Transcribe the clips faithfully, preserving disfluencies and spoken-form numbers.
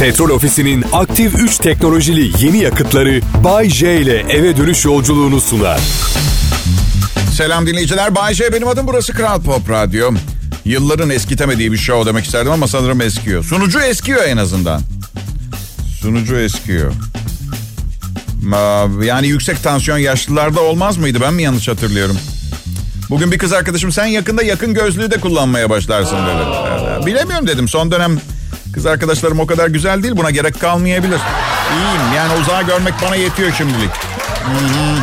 Petrol Ofisi'nin aktif üç teknolojili yeni yakıtları Bay J ile eve dönüş yolculuğunu sunar. Selam dinleyiciler. Bay J benim adım, burası Kral Pop Radyo. Yılların eskitemediği bir show demek isterdim ama sanırım eskiyor. Sunucu eskiyor en azından. Sunucu eskiyor. Yani yüksek tansiyon yaşlılarda olmaz mıydı? Ben mi yanlış hatırlıyorum? Bugün bir kız arkadaşım sen yakında yakın gözlüğü de kullanmaya başlarsın dedi. Bilemiyorum dedim. Son dönem kız arkadaşlarım o kadar güzel değil. Buna gerek kalmayabilir. İyiyim. Yani uzağı görmek bana yetiyor şimdilik. Hı-hı.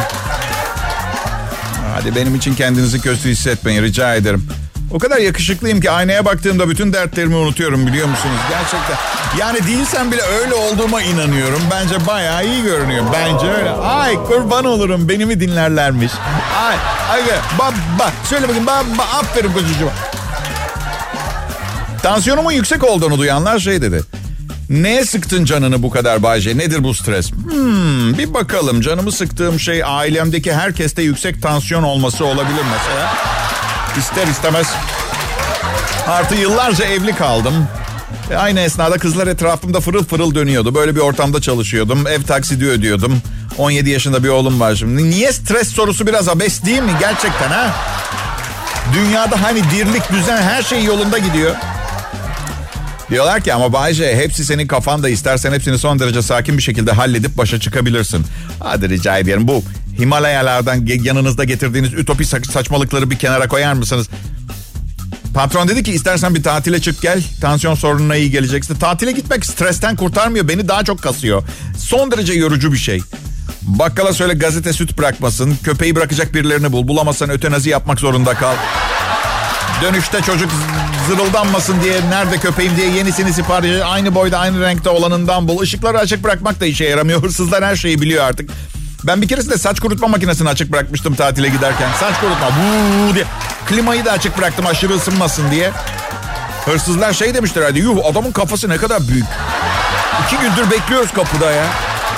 Hadi benim için kendinizi kötü hissetmeyin rica ederim. O kadar yakışıklıyım ki aynaya baktığımda bütün dertlerimi unutuyorum, biliyor musunuz? Gerçekten. Yani değilsem bile öyle olduğuma inanıyorum. Bence bayağı iyi görünüyor. Bence öyle. Ay kurban olurum, beni mi dinlerlermiş? Ay, ay baba söyle bakayım baba, aferin kuzucuğum. Tansiyonumun yüksek olduğunu duyanlar şey dedi. Neye sıktın canını bu kadar Bayce? Nedir bu stres? Hmm, bir bakalım. Canımı sıktığım şey ailemdeki herkeste yüksek tansiyon olması olabilir mesela. İster istemez. Artı yıllarca evli kaldım. E aynı esnada kızlar etrafımda fırıl fırıl dönüyordu. Böyle bir ortamda çalışıyordum. Ev taksidi ödüyordum. on yedi yaşında bir oğlum var şimdi. Niye stres sorusu biraz abes değil mi gerçekten ha? Dünyada hani dirlik, düzen, her şey yolunda gidiyor. Diyorlar ki ama Bayce hepsi senin kafanda, istersen hepsini son derece sakin bir şekilde halledip başa çıkabilirsin. Hadi rica ederim, bu Himalayalardan yanınızda getirdiğiniz ütopik saçmalıkları bir kenara koyar mısınız? Patron dedi ki istersen bir tatile çık gel, tansiyon sorununa iyi geleceksin. Tatile gitmek stresten kurtarmıyor, beni daha çok kasıyor. Son derece yorucu bir şey. Bakkala söyle gazete süt bırakmasın, köpeği bırakacak birilerini bul, bulamazsan ötenazi yapmak zorunda kal. Dönüşte çocuk zırıldanmasın diye nerede köpeğim diye yenisini sipariş, aynı boyda aynı renkte olanından bul. Işıkları açık bırakmak da işe yaramıyor. Hırsızlar her şeyi biliyor artık. Ben bir keresinde saç kurutma makinesini açık bırakmıştım tatile giderken. Saç kurutma Vuu diye. Klimayı da açık bıraktım aşırı ısınmasın diye. Hırsızlar şey demişler, hadi yuh adamın kafası ne kadar büyük. İki gündür bekliyoruz kapıda ya.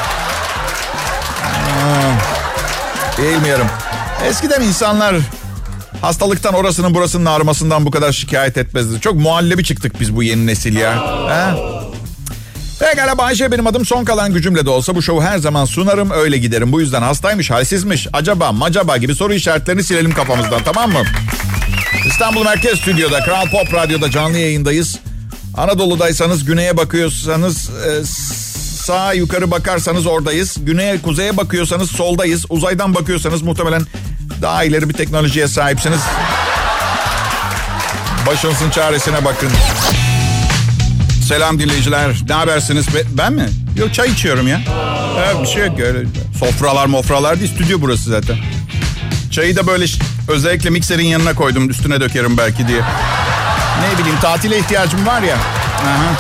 Eğilmiyorum. Eskiden insanlar hastalıktan orasının burasının ağrımasından bu kadar şikayet etmezdi. Çok muhallebi çıktık biz bu yeni nesil ya. Ha? Pekala Bayşe benim adım, son kalan gücümle de olsa bu şovu her zaman sunarım, öyle giderim. Bu yüzden hastaymış, halsizmiş, acaba macaba gibi soru işaretlerini silelim kafamızdan, tamam mı? İstanbul Merkez Stüdyo'da Kral Pop Radyo'da canlı yayındayız. Anadolu'daysanız, güneye bakıyorsanız, e, sağa yukarı bakarsanız oradayız. Güneye kuzeye bakıyorsanız soldayız. Uzaydan bakıyorsanız muhtemelen daha ileri bir teknolojiye sahipsiniz. Başınızın çaresine bakın. Selam dinleyiciler. Ne habersiniz? Ben mi? Yok, çay içiyorum ya. Evet, bir şey yok öyle. Sofralar mofralar değil. Stüdyo burası zaten. Çayı da böyle özellikle mikserin yanına koydum. Üstüne dökerim belki diye. Ne bileyim, tatile ihtiyacım var ya. Aha.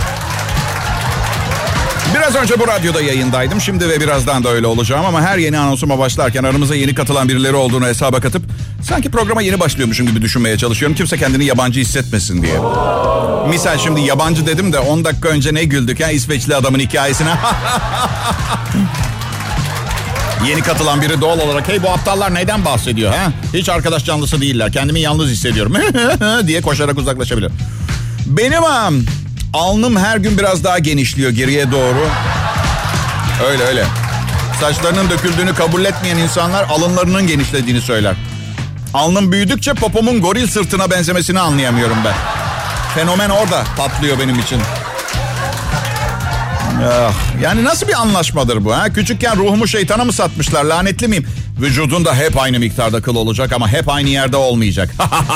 Biraz önce bu radyoda yayındaydım. Şimdi ve birazdan da öyle olacağım ama her yeni anonsuma başlarken aramıza yeni katılan birileri olduğunu hesaba katıp sanki programa yeni başlıyormuşum gibi düşünmeye çalışıyorum. Kimse kendini yabancı hissetmesin diye. Misal şimdi yabancı dedim de on dakika önce ne güldük ya İsveçli adamın hikayesine. Yeni katılan biri doğal olarak hey bu aptallar neyden bahsediyor ha? Hiç arkadaş canlısı değiller. Kendimi yalnız hissediyorum diye koşarak uzaklaşabilir. Benim am, alnım her gün biraz daha genişliyor geriye doğru. Öyle öyle. Saçlarının döküldüğünü kabul etmeyen insanlar alınlarının genişlediğini söyler. Alnım büyüdükçe popomun goril sırtına benzemesini anlayamıyorum ben. Fenomen orada patlıyor benim için. Yani nasıl bir anlaşmadır bu ha? Küçükken ruhumu şeytana mı satmışlar, lanetli miyim? Vücudunda hep aynı miktarda kıl olacak ama hep aynı yerde olmayacak.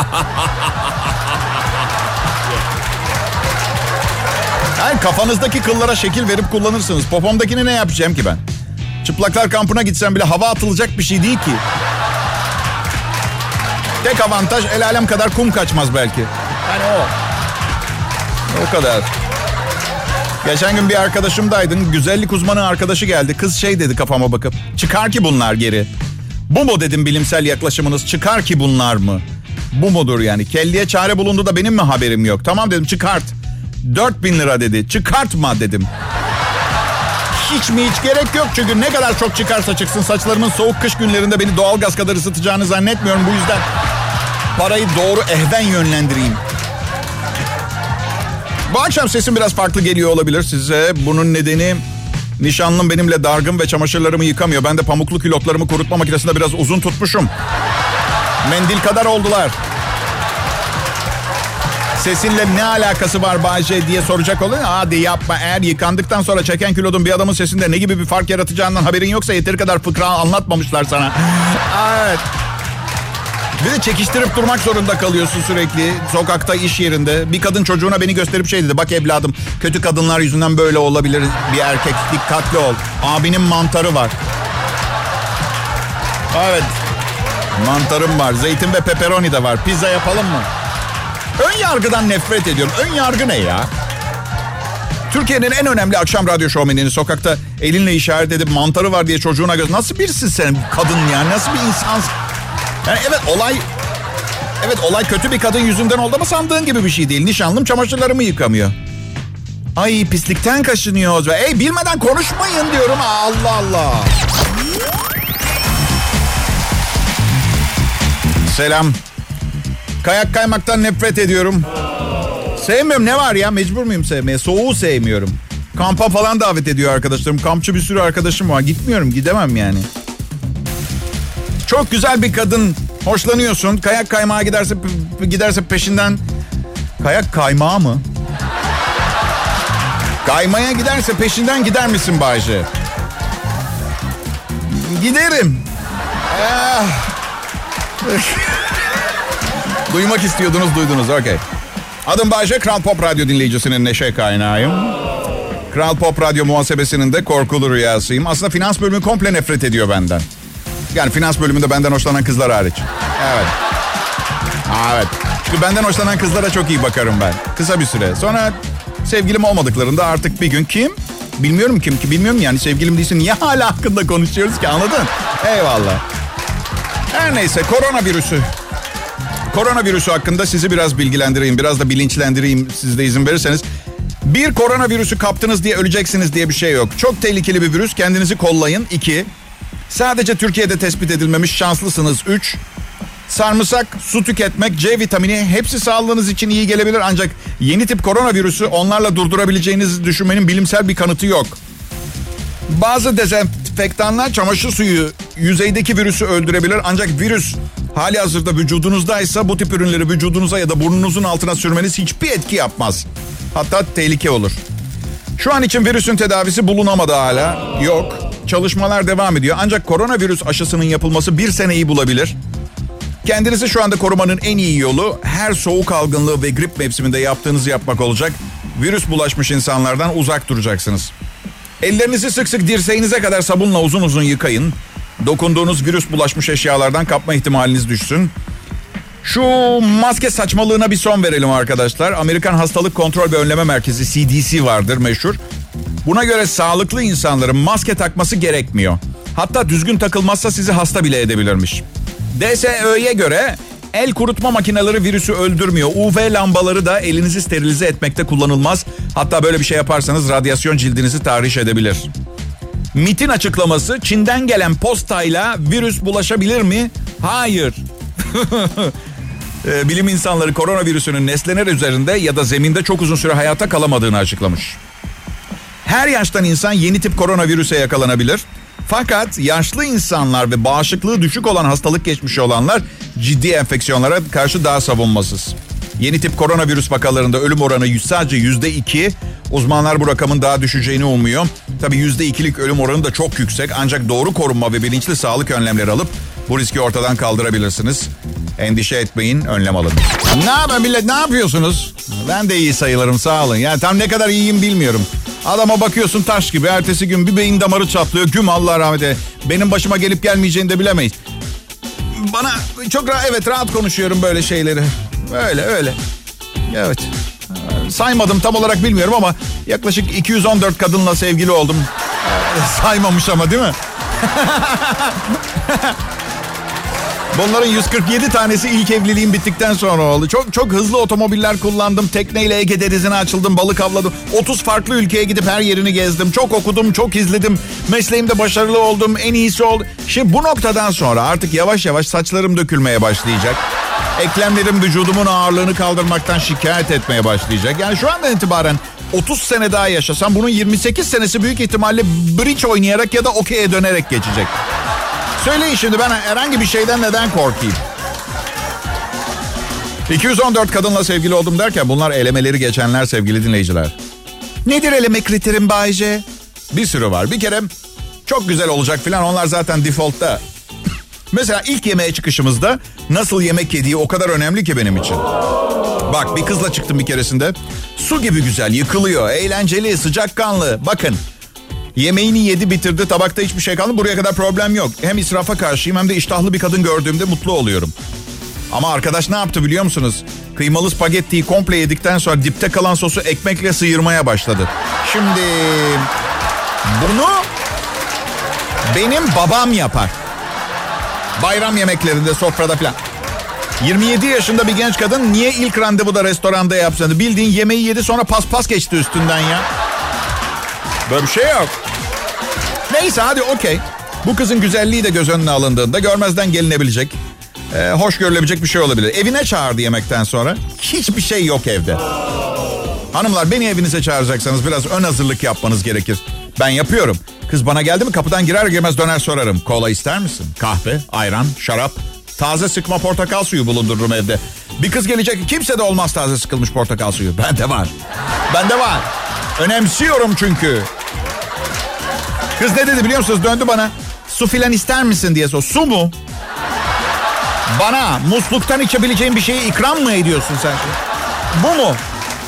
Yani kafanızdaki kıllara şekil verip kullanırsınız. Popomdakini ne yapacağım ki ben? Çıplaklar kampına gitsem bile hava atılacak bir şey değil ki. Tek avantaj el alem kadar kum kaçmaz belki. Yani o. O kadar. Geçen gün bir arkadaşımdaydın. Güzellik uzmanı arkadaşı geldi. Kız şey dedi kafama bakıp. Çıkar ki bunlar geri. Bu mu dedim bilimsel yaklaşımınız? Çıkar ki bunlar mı? Bu mudur yani? Kelliye çare bulundu da benim mi haberim yok? Tamam dedim, çıkart. dört bin lira dedi. Çıkartma dedim. Hiç mi hiç gerek yok çünkü ne kadar çok çıkarsa çıksın saçlarımın soğuk kış günlerinde beni doğalgaz kadar ısıtacağını zannetmiyorum. Bu yüzden parayı doğru ehven yönlendireyim. Bu akşam sesim biraz farklı geliyor olabilir size. Bunun nedeni nişanlım benimle dargın ve çamaşırlarımı yıkamıyor. Ben de pamuklu külotlarımı kurutma makinesinde biraz uzun tutmuşum. Mendil kadar oldular. Sesinle ne alakası var Bayce diye soracak olun. Hadi yapma, eğer yıkandıktan sonra çeken külotun bir adamın sesinde ne gibi bir fark yaratacağından haberin yoksa yeteri kadar fıkra anlatmamışlar sana. Evet. Bir de çekiştirip durmak zorunda kalıyorsun sürekli. Sokakta, iş yerinde. Bir kadın çocuğuna beni gösterip şey dedi. Bak evladım, kötü kadınlar yüzünden böyle olabilir bir erkek. Dikkatli ol. Abinin mantarı var. Evet. Mantarım var. Zeytin ve pepperoni de var. Pizza yapalım mı? Ön yargıdan nefret ediyorum. Ön yargı ne ya? Türkiye'nin en önemli akşam radyo şovmenini sokakta elinle işaret edip mantarı var diye çocuğuna göz. Nasıl birisin sen kadın yani? Nasıl bir insansın? Yani evet olay... Evet olay kötü bir kadın yüzünden oldu ama sandığın gibi bir şey değil. Nişanlım çamaşırlarımı yıkamıyor. Ay pislikten kaşınıyoruz. Ey bilmeden konuşmayın diyorum. Allah Allah. Selam. Kayak kaymaktan nefret ediyorum. Sevmiyorum, ne var ya, mecbur muyum sevmeye? Soğuğu sevmiyorum. Kampa falan davet ediyor arkadaşlarım. Kampçı bir sürü arkadaşım var. Gitmiyorum, gidemem yani. Çok güzel bir kadın, hoşlanıyorsun. Kayak kaymağa giderse giderse peşinden... Kayak kaymağı mı? Kaymaya giderse peşinden gider misin Bayce? Giderim. Ah. Duymak istiyordunuz, duydunuz. Okey. Adım Bayce, Kral Pop Radyo dinleyicisinin neşe kaynağıyım. Kral Pop Radyo muhasebesinin de korkulu rüyasıyım. Aslında finans bölümü komple nefret ediyor benden. Yani finans bölümünde benden hoşlanan kızlar hariç. Evet. Evet. Çünkü benden hoşlanan kızlara çok iyi bakarım ben. Kısa bir süre. Sonra sevgilim olmadıklarında artık bir gün kim? Bilmiyorum kim ki. Bilmiyorum yani, sevgilim değilsin. Niye hala hakkında konuşuyoruz ki, anladın? Eyvallah. Her neyse, koronavirüsü. Koronavirüsü hakkında sizi biraz bilgilendireyim. Biraz da bilinçlendireyim, siz de izin verirseniz. Bir, koronavirüsü kaptınız diye öleceksiniz diye bir şey yok. Çok tehlikeli bir virüs. Kendinizi kollayın. İki, sadece Türkiye'de tespit edilmemiş, şanslısınız. Üç, sarımsak, su tüketmek, C vitamini hepsi sağlığınız için iyi gelebilir. Ancak yeni tip koronavirüsü onlarla durdurabileceğinizi düşünmenin bilimsel bir kanıtı yok. Bazı dezenfektanlar çamaşır suyu yüzeydeki virüsü öldürebilir. Ancak virüs hali hazırda vücudunuzdaysa bu tip ürünleri vücudunuza ya da burnunuzun altına sürmeniz hiçbir etki yapmaz. Hatta tehlike olur. Şu an için virüsün tedavisi bulunamadı hala. Yok. Çalışmalar devam ediyor. Ancak koronavirüs aşısının yapılması bir seneyi bulabilir. Kendinizi şu anda korumanın en iyi yolu her soğuk algınlığı ve grip mevsiminde yaptığınızı yapmak olacak. Virüs bulaşmış insanlardan uzak duracaksınız. Ellerinizi sık sık dirseğinize kadar sabunla uzun uzun yıkayın. Dokunduğunuz virüs bulaşmış eşyalardan kapma ihtimaliniz düşsün. Şu maske saçmalığına bir son verelim arkadaşlar. Amerikan Hastalık Kontrol ve Önleme Merkezi C D C vardır meşhur. Buna göre sağlıklı insanların maske takması gerekmiyor. Hatta düzgün takılmazsa sizi hasta bile edebilirmiş. D S Ö'ye göre el kurutma makineleri virüsü öldürmüyor. U V lambaları da elinizi sterilize etmekte kullanılmaz. Hatta böyle bir şey yaparsanız radyasyon cildinizi tahriş edebilir. M İ T'in açıklaması, Çin'den gelen postayla virüs bulaşabilir mi? Hayır. Bilim insanları koronavirüsünün nesneler üzerinde ya da zeminde çok uzun süre hayata kalamadığını açıklamış. Her yaştan insan yeni tip koronavirüse yakalanabilir. Fakat yaşlı insanlar ve bağışıklığı düşük olan hastalık geçmişi olanlar ciddi enfeksiyonlara karşı daha savunmasız. Yeni tip koronavirüs vakalarında ölüm oranı sadece yüzde iki. Uzmanlar bu rakamın daha düşeceğini umuyor. Tabii yüzde ikilik ölüm oranı da çok yüksek. Ancak doğru korunma ve bilinçli sağlık önlemleri alıp bu riski ortadan kaldırabilirsiniz. Endişe etmeyin, önlem alın. Ne haber millet, ne yapıyorsunuz? Ben de iyi sayılırım, sağ olun. Yani tam ne kadar iyiyim bilmiyorum. Adama bakıyorsun taş gibi. Ertesi gün bir beyin damarı çatlıyor. Güm, Allah rahmet eylesin. Benim başıma gelip gelmeyeceğini de bilemeyiz. Bana çok rahat, evet rahat konuşuyorum böyle şeyleri. Öyle öyle. Evet. Saymadım tam olarak bilmiyorum ama yaklaşık iki yüz on dört kadınla sevgili oldum. Saymamış ama değil mi? Bunların yüz kırk yedi tanesi ilk evliliğim bittikten sonra oldu. Çok çok hızlı otomobiller kullandım. Tekneyle Ege Denizi'ne açıldım. Balık avladım. otuz farklı ülkeye gidip her yerini gezdim. Çok okudum, çok izledim. Mesleğimde başarılı oldum. En iyisi oldu. Şimdi bu noktadan sonra artık yavaş yavaş saçlarım dökülmeye başlayacak. Eklemlerim vücudumun ağırlığını kaldırmaktan şikayet etmeye başlayacak. Yani şu andan itibaren otuz sene daha yaşasam bunun yirmi sekiz senesi büyük ihtimalle bridge oynayarak ya da okey'e dönerek geçecek. Söyleyin şimdi, ben herhangi bir şeyden neden korkayım? iki yüz on dört kadınla sevgili oldum derken bunlar elemeleri geçenler sevgili dinleyiciler. Nedir eleme kriterim Bay J? Bir sürü var. Bir kere çok güzel olacak filan, onlar zaten default'ta. Mesela ilk yemeğe çıkışımızda nasıl yemek yediği o kadar önemli ki benim için. Bak, bir kızla çıktım bir keresinde. Su gibi güzel, yıkılıyor, eğlenceli, sıcakkanlı. Bakın, yemeğini yedi bitirdi, tabakta hiçbir şey kalmadı. Buraya kadar problem yok. Hem israfa karşıyım hem de iştahlı bir kadın gördüğümde mutlu oluyorum. Ama arkadaş ne yaptı biliyor musunuz? Kıymalı spagettiyi komple yedikten sonra dipte kalan sosu ekmekle sıyırmaya başladı. Şimdi bunu benim babam yapar. Bayram yemeklerinde, sofrada falan. yirmi yedi yaşında bir genç kadın niye ilk randevuda restoranda yapsın? Bildiğin yemeği yedi, sonra paspas geçti üstünden ya. Böyle bir şey yok. Neyse, hadi okey. Bu kızın güzelliği de göz önüne alındığında görmezden gelinebilecek, e, hoş görülebilecek bir şey olabilir. Evine çağırdı yemekten sonra. Hiçbir şey yok evde. Hanımlar, beni evinize çağıracaksanız biraz ön hazırlık yapmanız gerekir. Ben yapıyorum. Kız bana geldi mi kapıdan girer girmez döner sorarım. Kola ister misin? Kahve, ayran, şarap. Taze sıkma portakal suyu bulundururum evde. Bir kız gelecek, kimse de olmaz taze sıkılmış portakal suyu. Bende var. Bende var. Önemsiyorum çünkü. Kız ne dedi biliyor musunuz? Döndü bana. Su filan ister misin diye sor. Su mu? Bana musluktan içebileceğin bir şeyi ikram mı ediyorsun sen? Bu mu?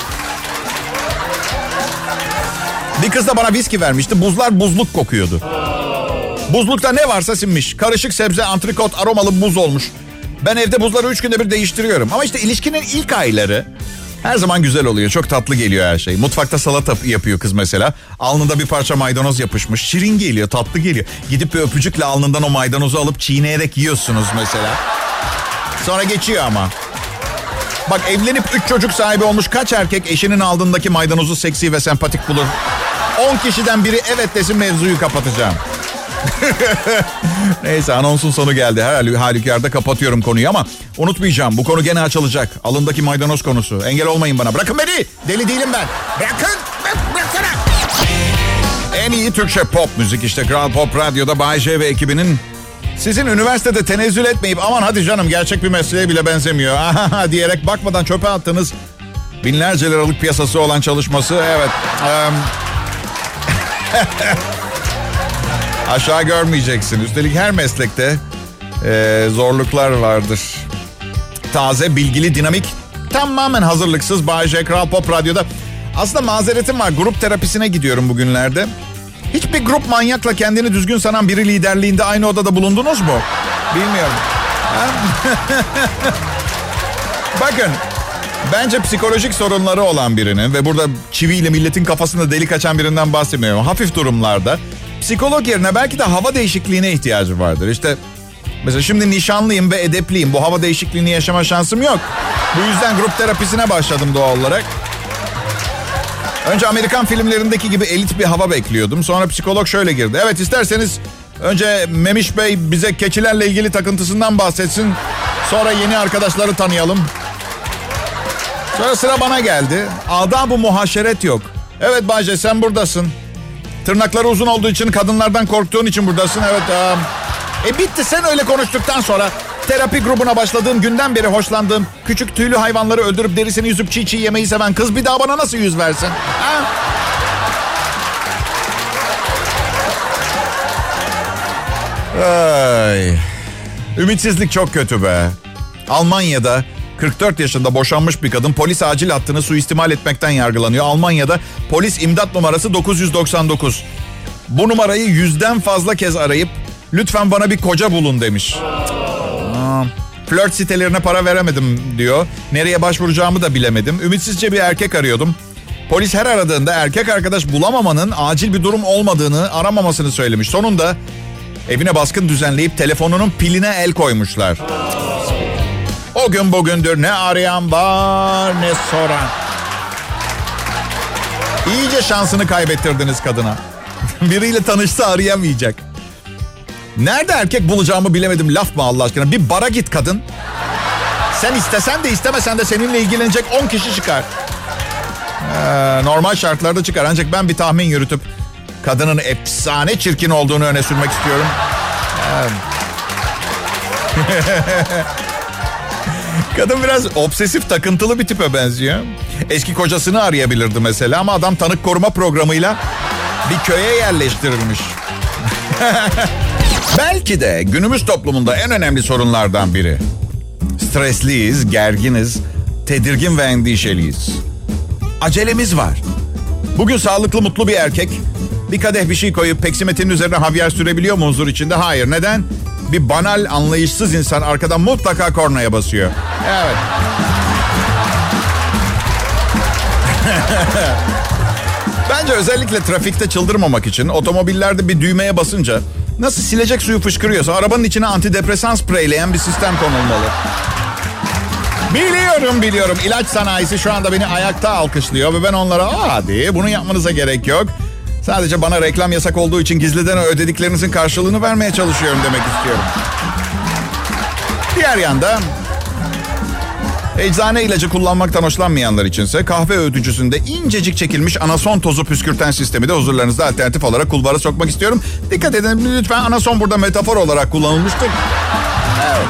Bir kız da bana viski vermişti. Buzlar buzluk kokuyordu. Buzlukta ne varsa sinmiş. Karışık sebze, antrikot, aromalı buz olmuş. Ben evde buzları üç günde bir değiştiriyorum. Ama işte ilişkinin ilk ayları her zaman güzel oluyor. Çok tatlı geliyor her şey. Mutfakta salata yapıyor kız mesela. Alnında bir parça maydanoz yapışmış. Şirin geliyor, tatlı geliyor. Gidip bir öpücükle alnından o maydanozu alıp çiğneyerek yiyorsunuz mesela. Sonra geçiyor ama. Bak, evlenip üç çocuk sahibi olmuş kaç erkek eşinin alnındaki maydanozu seksi ve sempatik bulur? on kişiden biri evet desin, mevzuyu kapatacağım. Neyse, anonsun sonu geldi. Her halükarda kapatıyorum konuyu ama unutmayacağım. Bu konu gene açılacak. Alındaki maydanoz konusu. Engel olmayın bana. Bırakın beni. Deli değilim ben. Bırakın. Bırakın. En iyi Türkçe pop müzik işte. Kral Pop Radyo'da Bay J ve ekibinin sizin üniversitede tenezzül etmeyip aman hadi canım gerçek bir mesleğe bile benzemiyor diyerek bakmadan çöpe attığınız binlerce liralık piyasası olan çalışması. Evet. Um... Aşağı görmeyeceksin. Üstelik her meslekte e, zorluklar vardır. Taze, bilgili, dinamik, tamamen hazırlıksız Bay J Kral Pop Radyo'da. Aslında mazeretim var. Grup terapisine gidiyorum bugünlerde. Hiçbir grup manyakla kendini düzgün sanan biri liderliğinde aynı odada bulundunuz mu? Bilmiyorum. Bakın, bence psikolojik sorunları olan birinin ve burada çiviyle milletin kafasında delik açan birinden bahsetmiyorum. Hafif durumlarda psikolog yerine belki de hava değişikliğine ihtiyacı vardır. İşte mesela şimdi nişanlıyım ve edepliyim. Bu hava değişikliğini yaşama şansım yok. Bu yüzden grup terapisine başladım doğal olarak. Önce Amerikan filmlerindeki gibi elit bir hava bekliyordum. Sonra psikolog şöyle girdi. Evet, isterseniz önce Memiş Bey bize keçilerle ilgili takıntısından bahsetsin. Sonra yeni arkadaşları tanıyalım. Sonra sıra bana geldi. Adab-ı muhaşeret yok. Evet Bayce, sen buradasın. Tırnakları uzun olduğu için, kadınlardan korktuğun için buradasın. Evet. Um, e bitti, sen öyle konuştuktan sonra terapi grubuna başladığım günden beri hoşlandığım küçük tüylü hayvanları öldürüp derisini yüzüp çiğ çiğ yemeyi seven kız bir daha bana nasıl yüz versin? Ha? Ay. Ümitsizlik çok kötü be. Almanya'da kırk dört yaşında boşanmış bir kadın polis acil hattını suistimal etmekten yargılanıyor. Almanya'da polis imdat numarası dokuz yüz doksan dokuz. Bu numarayı yüzden fazla kez arayıp lütfen bana bir koca bulun demiş. Aa, flört sitelerine para veremedim diyor. Nereye başvuracağımı da bilemedim. Ümitsizce bir erkek arıyordum. Polis her aradığında erkek arkadaş bulamamanın acil bir durum olmadığını, aramamasını söylemiş. Sonunda evine baskın düzenleyip telefonunun piline el koymuşlar. O gün bugündür ne arayan var ne soran. İyice şansını kaybettirdiniz kadına. Biriyle tanışsa arayamayacak. Nerede erkek bulacağımı bilemedim, laf mı Allah aşkına? Bir bara git kadın. Sen istesen de istemesen de seninle ilgilenecek on kişi çıkar. Ee, normal şartlarda çıkar. Ancak ben bir tahmin yürütüp kadının efsane çirkin olduğunu öne sürmek istiyorum. Ee... Kadın biraz obsesif, takıntılı bir tipe benziyor. Eski kocasını arayabilirdi mesela ama adam tanık koruma programıyla bir köye yerleştirilmiş. Belki de günümüz toplumunda en önemli sorunlardan biri. Stresliyiz, gerginiz, tedirgin ve endişeliyiz. Acelemiz var. Bugün sağlıklı, mutlu bir erkek bir kadeh bir şey koyup peksimetinin üzerine havyar sürebiliyor mu huzur içinde? Hayır. Neden? Bir banal, anlayışsız insan arkadan mutlaka kornaya basıyor. Evet. Bence özellikle trafikte çıldırmamak için otomobillerde bir düğmeye basınca nasıl silecek suyu fışkırıyorsa arabanın içine antidepresan spreyleyen bir sistem konulmalı. Biliyorum biliyorum ilaç sanayisi şu anda beni ayakta alkışlıyor ve ben onlara hadi bunu yapmanıza gerek yok. Sadece bana reklam yasak olduğu için gizliden ödediklerinizin karşılığını vermeye çalışıyorum demek istiyorum. Diğer yanda eczane ilacı kullanmaktan hoşlanmayanlar içinse kahve öğütücüsünde incecik çekilmiş anason tozu püskürten sistemi de huzurlarınızda alternatif olarak kulvara sokmak istiyorum. Dikkat edin lütfen, anason burada metafor olarak kullanılmıştır. Evet.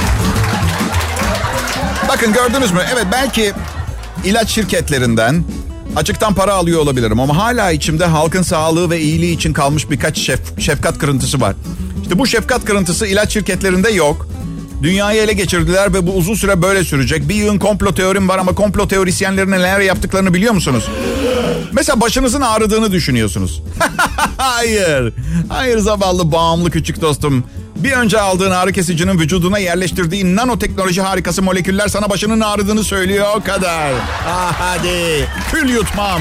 Bakın gördünüz mü? Evet, belki ilaç şirketlerinden açıktan para alıyor olabilirim ama hala içimde halkın sağlığı ve iyiliği için kalmış birkaç şef, şefkat kırıntısı var. İşte bu şefkat kırıntısı ilaç şirketlerinde yok. Dünyayı ele geçirdiler ve bu uzun süre böyle sürecek. Bir yığın komplo teorim var ama komplo teorisyenlerin neler yaptıklarını biliyor musunuz? Mesela başınızın ağrıdığını düşünüyorsunuz. Hayır. Hayır zavallı bağımlı küçük dostum. Bir önce aldığın ağrı kesicinin vücuduna yerleştirdiği nanoteknoloji harikası moleküller sana başının ağrıdığını söylüyor, o kadar. Ah hadi. Kül yutmam.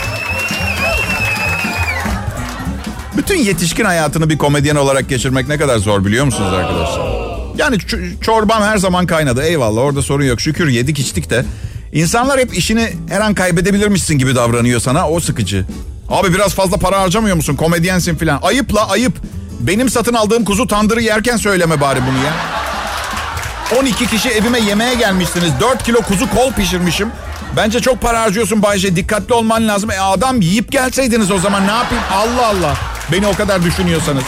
Bütün yetişkin hayatını bir komedyen olarak geçirmek ne kadar zor biliyor musunuz arkadaşlar? Yani ç- çorbam her zaman kaynadı. Eyvallah, orada sorun yok. Şükür yedik içtik de. İnsanlar hep işini her an kaybedebilirmişsin gibi davranıyor sana. O sıkıcı. Abi biraz fazla para harcamıyor musun? Komedyensin filan. Ayıp la ayıp. Benim satın aldığım kuzu tandırı yerken söyleme bari bunu ya. on iki kişi evime yemeğe gelmişsiniz. dört kilo kuzu kol pişirmişim. Bence çok para harcıyorsun Bayce. Dikkatli olman lazım. E adam yiyip gelseydiniz o zaman ne yapayım? Allah Allah. Beni o kadar düşünüyorsanız.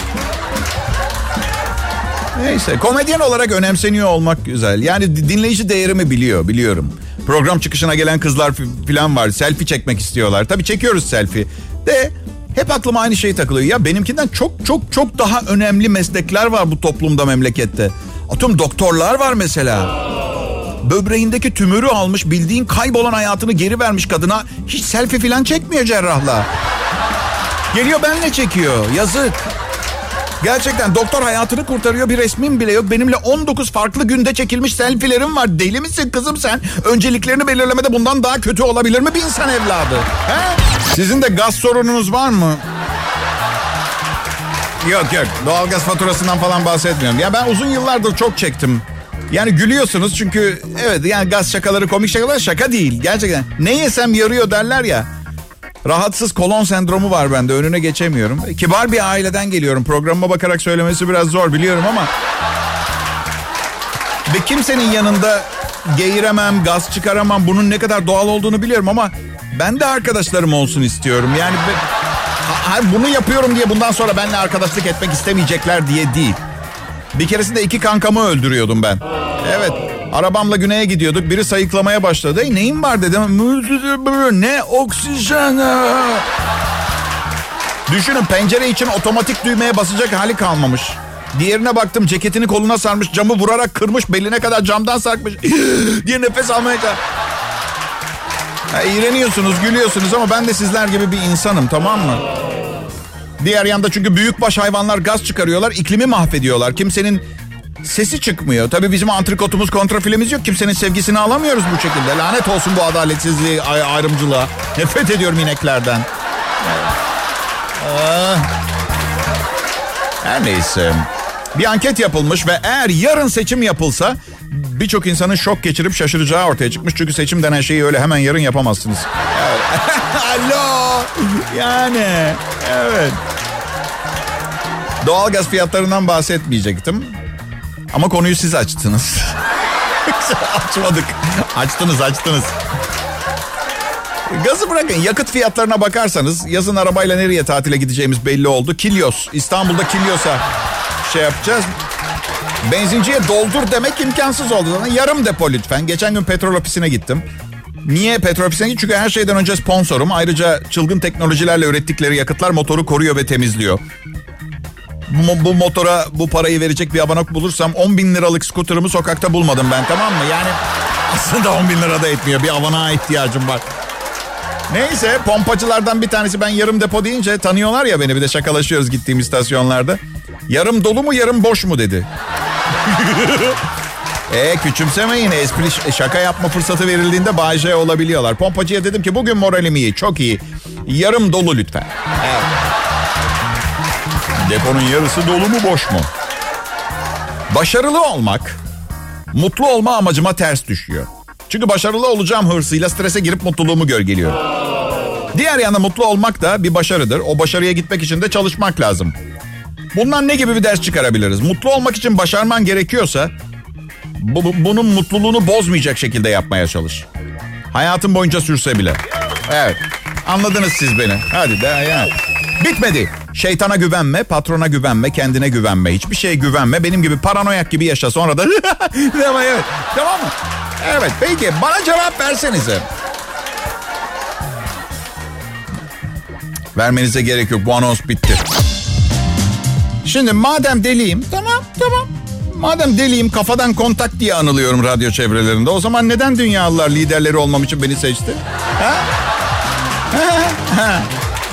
Neyse, komedyen olarak önemseniyor olmak güzel. Yani dinleyici değerimi biliyor, biliyorum. Program çıkışına gelen kızlar falan var. Selfie çekmek istiyorlar. Tabii çekiyoruz selfie. De hep aklıma aynı şey takılıyor. Ya benimkinden çok çok çok daha önemli meslekler var bu toplumda, memlekette. Atıyorum doktorlar var mesela. Böbreğindeki tümörü almış, bildiğin kaybolan hayatını geri vermiş kadına hiç selfie falan çekmiyor cerrahla. Geliyor benle çekiyor. Yazık. Gerçekten doktor hayatını kurtarıyor, bir resmim bile yok. Benimle on dokuz farklı günde çekilmiş selfilerim var. Deli misin kızım sen? Önceliklerini belirlemede bundan daha kötü olabilir mi bir insan evladı? He? Sizin de gaz sorununuz var mı? Yok yok, doğalgaz faturasından falan bahsetmiyorum. Ya ben uzun yıllardır çok çektim. Yani gülüyorsunuz çünkü evet, yani gaz şakaları, komik şakalar şaka değil. Gerçekten ne yesem yarıyor derler ya. Rahatsız kolon sendromu var bende, önüne geçemiyorum. Kibar bir aileden geliyorum. Programıma bakarak söylemesi biraz zor biliyorum ama... Ve kimsenin yanında geğiremem, gaz çıkaramam. Bunun ne kadar doğal olduğunu biliyorum ama... Ben de arkadaşlarım olsun istiyorum. Yani ha, bunu yapıyorum diye bundan sonra benimle arkadaşlık etmek istemeyecekler diye değil. Bir keresinde iki kankamı öldürüyordum ben. Evet. Arabamla güneye gidiyorduk. Biri sayıklamaya başladı. Hey, neyin var dedim. Ne oksijen. Düşünün, pencere için otomatik düğmeye basacak hali kalmamış. Diğerine baktım, ceketini koluna sarmış, camı vurarak kırmış, beline kadar camdan sarkmış diye nefes almaya çalışıyor. İğreniyorsunuz, gülüyorsunuz ama ben de sizler gibi bir insanım, tamam mı? Diğer yanda çünkü büyükbaş hayvanlar gaz çıkarıyorlar, iklimi mahvediyorlar. Kimsenin sesi çıkmıyor. Tabii bizim antrikotumuz, kontrafilemiz yok. Kimsenin sevgisini alamıyoruz bu şekilde. Lanet olsun bu adaletsizliği, ayrımcılığa. Nefret ediyorum ineklerden. Her neyse. Bir anket yapılmış ve eğer yarın seçim yapılsa birçok insanın şok geçirip şaşıracağı ortaya çıkmış. Çünkü seçim denen şeyi öyle hemen yarın yapamazsınız. Evet. Alo. Yani evet. Doğalgaz fiyatlarından bahsetmeyecektim. Ama konuyu siz açtınız. Açmadık. Açtınız açtınız. Gazı bırakın, yakıt fiyatlarına bakarsanız yazın arabayla nereye tatile gideceğimiz belli oldu. Kilyos. İstanbul'da Kilyos'a şey yapacağız. Benzinciye doldur demek imkansız oldu. Yarım depo lütfen. Geçen gün petrol ofisine gittim. Niye petrol ofisine gittim? Çünkü her şeyden önce sponsorum. Ayrıca çılgın teknolojilerle ürettikleri yakıtlar motoru koruyor ve temizliyor. Bu, bu motora bu parayı verecek bir abanak bulursam on bin liralık skuterımı sokakta bulmadım ben, tamam mı? Yani aslında on bin lira da etmiyor. Bir abanağa ihtiyacım var. Neyse, pompacılardan bir tanesi ben yarım depo deyince tanıyorlar ya beni, bir de şakalaşıyoruz gittiğim istasyonlarda. Yarım dolu mu yarım boş mu dedi. E küçümsemeyin, espri şaka yapma fırsatı verildiğinde Bay J olabiliyorlar. Pompacıya dedim ki bugün moralim iyi, çok iyi. Yarım dolu lütfen. Evet. Deponun yarısı dolu mu boş mu? Başarılı olmak, mutlu olma amacıma ters düşüyor. Çünkü başarılı olacağım hırsıyla strese girip mutluluğumu gölgeliyorum. Diğer yana mutlu olmak da bir başarıdır. O başarıya gitmek için de çalışmak lazım. Bundan ne gibi bir ders çıkarabiliriz? Mutlu olmak için başarman gerekiyorsa bu, bu, bunun mutluluğunu bozmayacak şekilde yapmaya çalış. Hayatın boyunca sürse bile. Evet. Anladınız siz beni. Hadi de yani. Bitmedi. Şeytana güvenme, patrona güvenme, kendine güvenme. Hiçbir şeye güvenme. Benim gibi paranoyak gibi yaşa. Sonra da evet. Tamam mı? Evet. Peki bana cevap versenize. Vermenize gerek yok. Bu anons bitti. Şimdi madem deliyim, tamam tamam. Madem deliyim, kafadan kontak diye anılıyorum radyo çevrelerinde. O zaman neden dünyalılar liderleri olmam için beni seçti? Ha? Ha? Ha?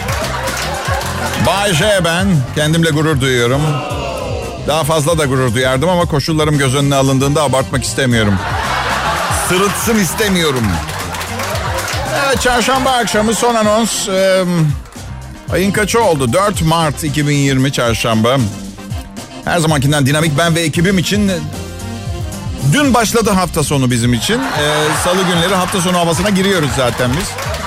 Bay J ben. Kendimle gurur duyuyorum. Daha fazla da gurur duyardım ama koşullarım göz önüne alındığında abartmak istemiyorum. Sırıtsın istemiyorum. Evet, çarşamba akşamı son anons. Ee, ayın kaçı oldu? dört Mart iki bin yirmi çarşamba. Her zamankinden dinamik ben ve ekibim için dün başladı hafta sonu bizim için. Ee, Salı günleri hafta sonu havasına giriyoruz zaten biz.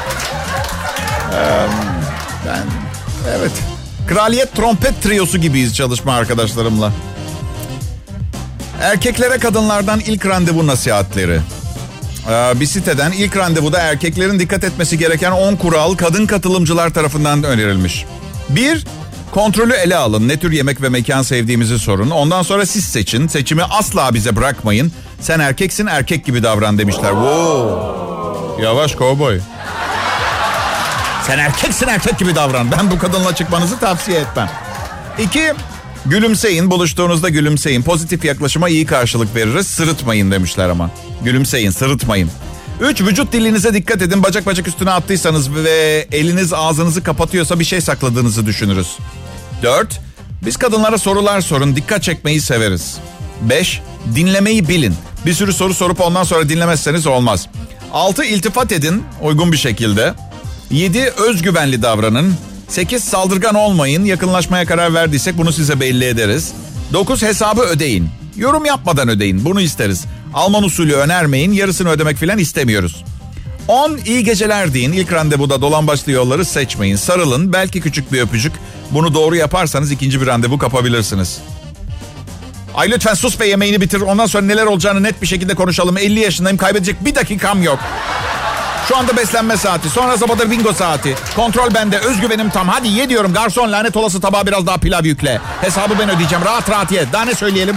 Ee, ben evet. Kraliyet trompet triyosu gibiyiz çalışma arkadaşlarımla. Erkeklere kadınlardan ilk randevu nasihatleri. Ee, bir siteden ilk randevuda erkeklerin dikkat etmesi gereken on kural kadın katılımcılar tarafından önerilmiş. Bir, kontrolü ele alın. Ne tür yemek ve mekan sevdiğimizi sorun. Ondan sonra siz seçin. Seçimi asla bize bırakmayın. Sen erkeksin, erkek gibi davran demişler. Wow. Yavaş kovboy. Sen erkeksin, erkek gibi davran. Ben bu kadınla çıkmanızı tavsiye etmem. İki, gülümseyin. Buluştuğunuzda gülümseyin. Pozitif yaklaşıma iyi karşılık veririz. Sırıtmayın demişler ama. Gülümseyin, sırıtmayın. Üç, vücut dilinize dikkat edin. Bacak bacak üstüne attıysanız ve eliniz ağzınızı kapatıyorsa bir şey sakladığınızı düşünürüz. Dört, biz kadınlara sorular sorun. Dikkat çekmeyi severiz. Beş, dinlemeyi bilin. Bir sürü soru sorup ondan sonra dinlemezseniz olmaz. Altı, iltifat edin uygun bir şekilde. Yedi, özgüvenli davranın. Sekiz, saldırgan olmayın. Yakınlaşmaya karar verdiysek bunu size belli ederiz. Dokuz, hesabı ödeyin. Yorum yapmadan ödeyin. Bunu isteriz. Alman usulü önermeyin. Yarısını ödemek filan istemiyoruz. On, iyi geceler deyin. İlk randevuda dolambaçlı yolları seçmeyin. Sarılın. Belki küçük bir öpücük. Bunu doğru yaparsanız ikinci bir randevu kapabilirsiniz. Ay lütfen sus ve yemeğini bitir. Ondan sonra neler olacağını net bir şekilde konuşalım. elli yaşındayım. Kaybedecek bir dakikam yok. Şu anda beslenme saati. Sonra zabadır bingo saati. Kontrol bende. Özgüvenim tam. Hadi ye diyorum. Garson, lanet olası tabağa biraz daha pilav yükle. Hesabı ben ödeyeceğim. Rahat rahat ye. Daha ne söyleyelim?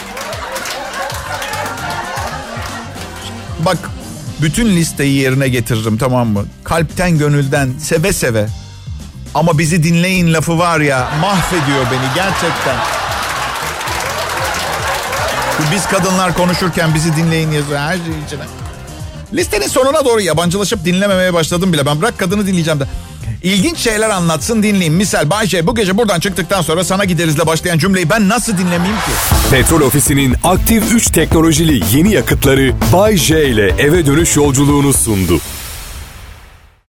Bak, bütün listeyi yerine getiririm, tamam mı? Kalpten, gönülden, seve seve. Ama bizi dinleyin lafı var ya, mahvediyor beni gerçekten. Biz kadınlar konuşurken bizi dinleyin yazıyor her şey içine. Listenin sonuna doğru yabancılaşıp dinlememeye başladım bile. Ben bırak kadını dinleyeceğim de. İlginç şeyler anlatsın, dinleyeyim. Misal Bay J, bu gece buradan çıktıktan sonra sana giderizle başlayan cümleyi ben nasıl dinlemeyeyim ki? Petrol Ofisi'nin aktif üç teknolojili yeni yakıtları Bay J ile eve dönüş yolculuğunu sundu.